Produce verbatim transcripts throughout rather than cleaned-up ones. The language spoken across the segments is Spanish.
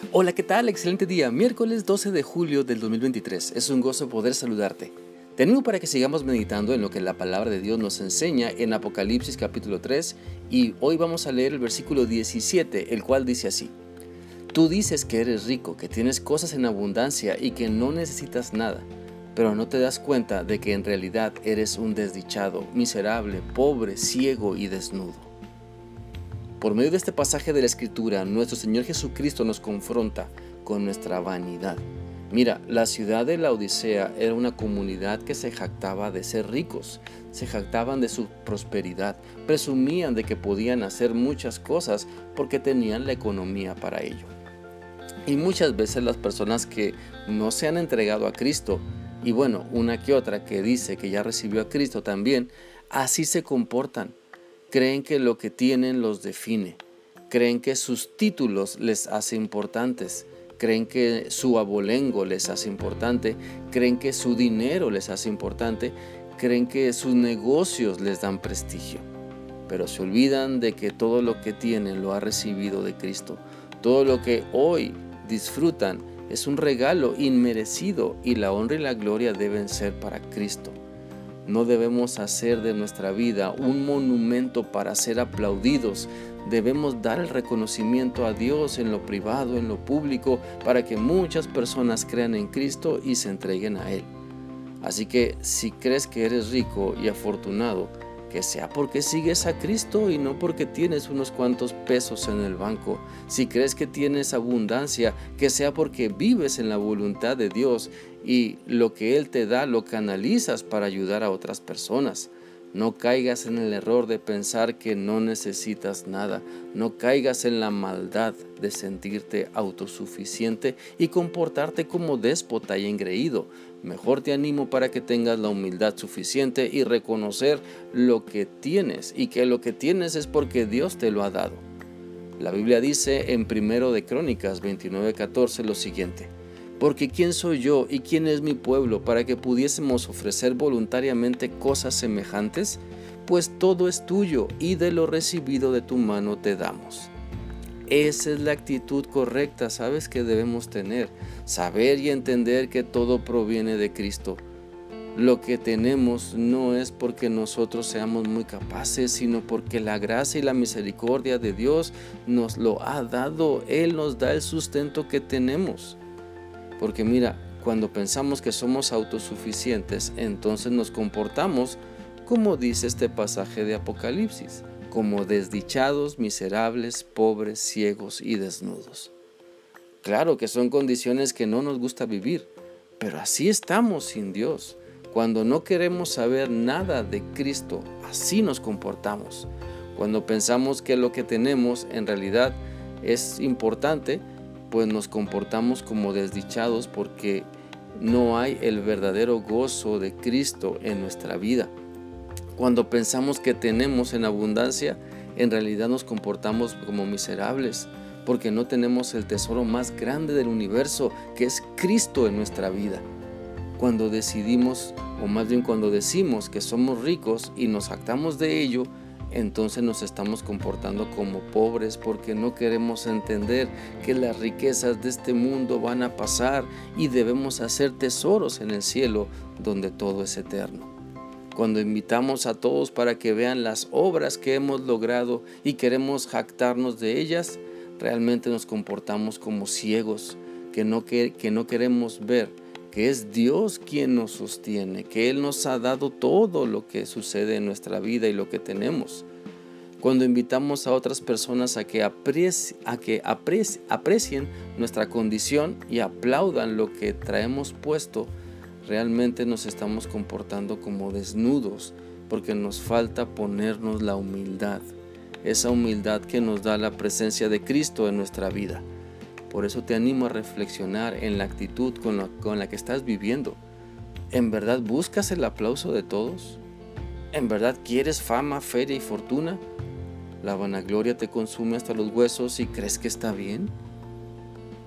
Hola, ¿qué tal? Excelente día, miércoles doce de julio del dos mil veintitrés. Es un gozo poder saludarte. Te animo para que sigamos meditando en lo que la palabra de Dios nos enseña en Apocalipsis capítulo tres, y hoy vamos a leer el versículo diecisiete, el cual dice así: Tú dices que eres rico, que tienes cosas en abundancia y que no necesitas nada, pero no te das cuenta de que en realidad eres un desdichado, miserable, pobre, ciego y desnudo. Por medio de este pasaje de la Escritura, nuestro Señor Jesucristo nos confronta con nuestra vanidad. Mira, la ciudad de la Odisea era una comunidad que se jactaba de ser ricos, se jactaban de su prosperidad, presumían de que podían hacer muchas cosas porque tenían la economía para ello. Y muchas veces las personas que no se han entregado a Cristo, y bueno, una que otra que dice que ya recibió a Cristo también, así se comportan. Creen que lo que tienen los define, creen que sus títulos les hace importantes, creen que su abolengo les hace importante, creen que su dinero les hace importante, creen que sus negocios les dan prestigio. Pero se olvidan de que todo lo que tienen lo ha recibido de Cristo. Todo lo que hoy disfrutan es un regalo inmerecido y la honra y la gloria deben ser para Cristo. No debemos hacer de nuestra vida un monumento para ser aplaudidos. Debemos dar el reconocimiento a Dios en lo privado, en lo público, para que muchas personas crean en Cristo y se entreguen a Él. Así que si crees que eres rico y afortunado, que sea porque sigues a Cristo y no porque tienes unos cuantos pesos en el banco. Si crees que tienes abundancia, que sea porque vives en la voluntad de Dios y lo que Él te da lo canalizas para ayudar a otras personas. No caigas en el error de pensar que no necesitas nada. No caigas en la maldad de sentirte autosuficiente y comportarte como déspota y engreído. Mejor te animo para que tengas la humildad suficiente y reconocer lo que tienes, y que lo que tienes es porque Dios te lo ha dado. La Biblia dice en Primero de Crónicas veintinueve catorce lo siguiente: Porque ¿quién soy yo y quién es mi pueblo para que pudiésemos ofrecer voluntariamente cosas semejantes? Pues todo es tuyo y de lo recibido de tu mano te damos. Esa es la actitud correcta, ¿sabes?, que debemos tener. Saber y entender que todo proviene de Cristo. Lo que tenemos no es porque nosotros seamos muy capaces, sino porque la gracia y la misericordia de Dios nos lo ha dado. Él nos da el sustento que tenemos. Porque mira, cuando pensamos que somos autosuficientes, entonces nos comportamos como dice este pasaje de Apocalipsis, como desdichados, miserables, pobres, ciegos y desnudos. Claro que son condiciones que no nos gusta vivir, pero así estamos sin Dios. Cuando no queremos saber nada de Cristo, así nos comportamos. Cuando pensamos que lo que tenemos en realidad es importante, pues nos comportamos como desdichados porque no hay el verdadero gozo de Cristo en nuestra vida. Cuando pensamos que tenemos en abundancia, en realidad nos comportamos como miserables porque no tenemos el tesoro más grande del universo, que es Cristo en nuestra vida. Cuando decidimos, o más bien cuando decimos que somos ricos y nos jactamos de ello, entonces nos estamos comportando como pobres porque no queremos entender que las riquezas de este mundo van a pasar y debemos hacer tesoros en el cielo donde todo es eterno. Cuando invitamos a todos para que vean las obras que hemos logrado y queremos jactarnos de ellas, realmente nos comportamos como ciegos, que no, que, que no queremos ver que es Dios quien nos sostiene, que Él nos ha dado todo lo que sucede en nuestra vida y lo que tenemos. Cuando invitamos a otras personas a que, apreci- a que apreci- aprecien nuestra condición y aplaudan lo que traemos puesto, realmente nos estamos comportando como desnudos, porque nos falta ponernos la humildad, esa humildad que nos da la presencia de Cristo en nuestra vida. Por eso te animo a reflexionar en la actitud con la, con la que estás viviendo. ¿En verdad buscas el aplauso de todos? ¿En verdad quieres fama, feria y fortuna? ¿La vanagloria te consume hasta los huesos y crees que está bien?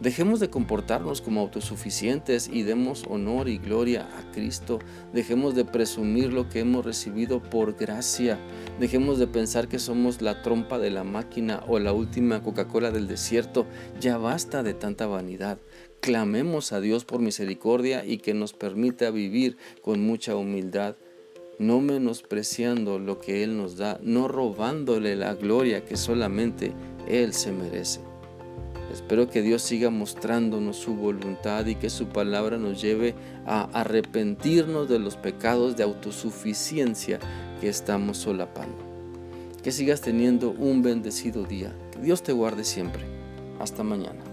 Dejemos de comportarnos como autosuficientes y demos honor y gloria a Cristo. Dejemos de presumir lo que hemos recibido por gracia. Dejemos de pensar que somos la trompa de la máquina o la última Coca-Cola del desierto. Ya basta de tanta vanidad. Clamemos a Dios por misericordia y que nos permita vivir con mucha humildad, no menospreciando lo que Él nos da, no robándole la gloria que solamente Él se merece. Espero que Dios siga mostrándonos su voluntad y que su palabra nos lleve a arrepentirnos de los pecados de autosuficiencia que estamos solapando. Que sigas teniendo un bendecido día. Que Dios te guarde siempre. Hasta mañana.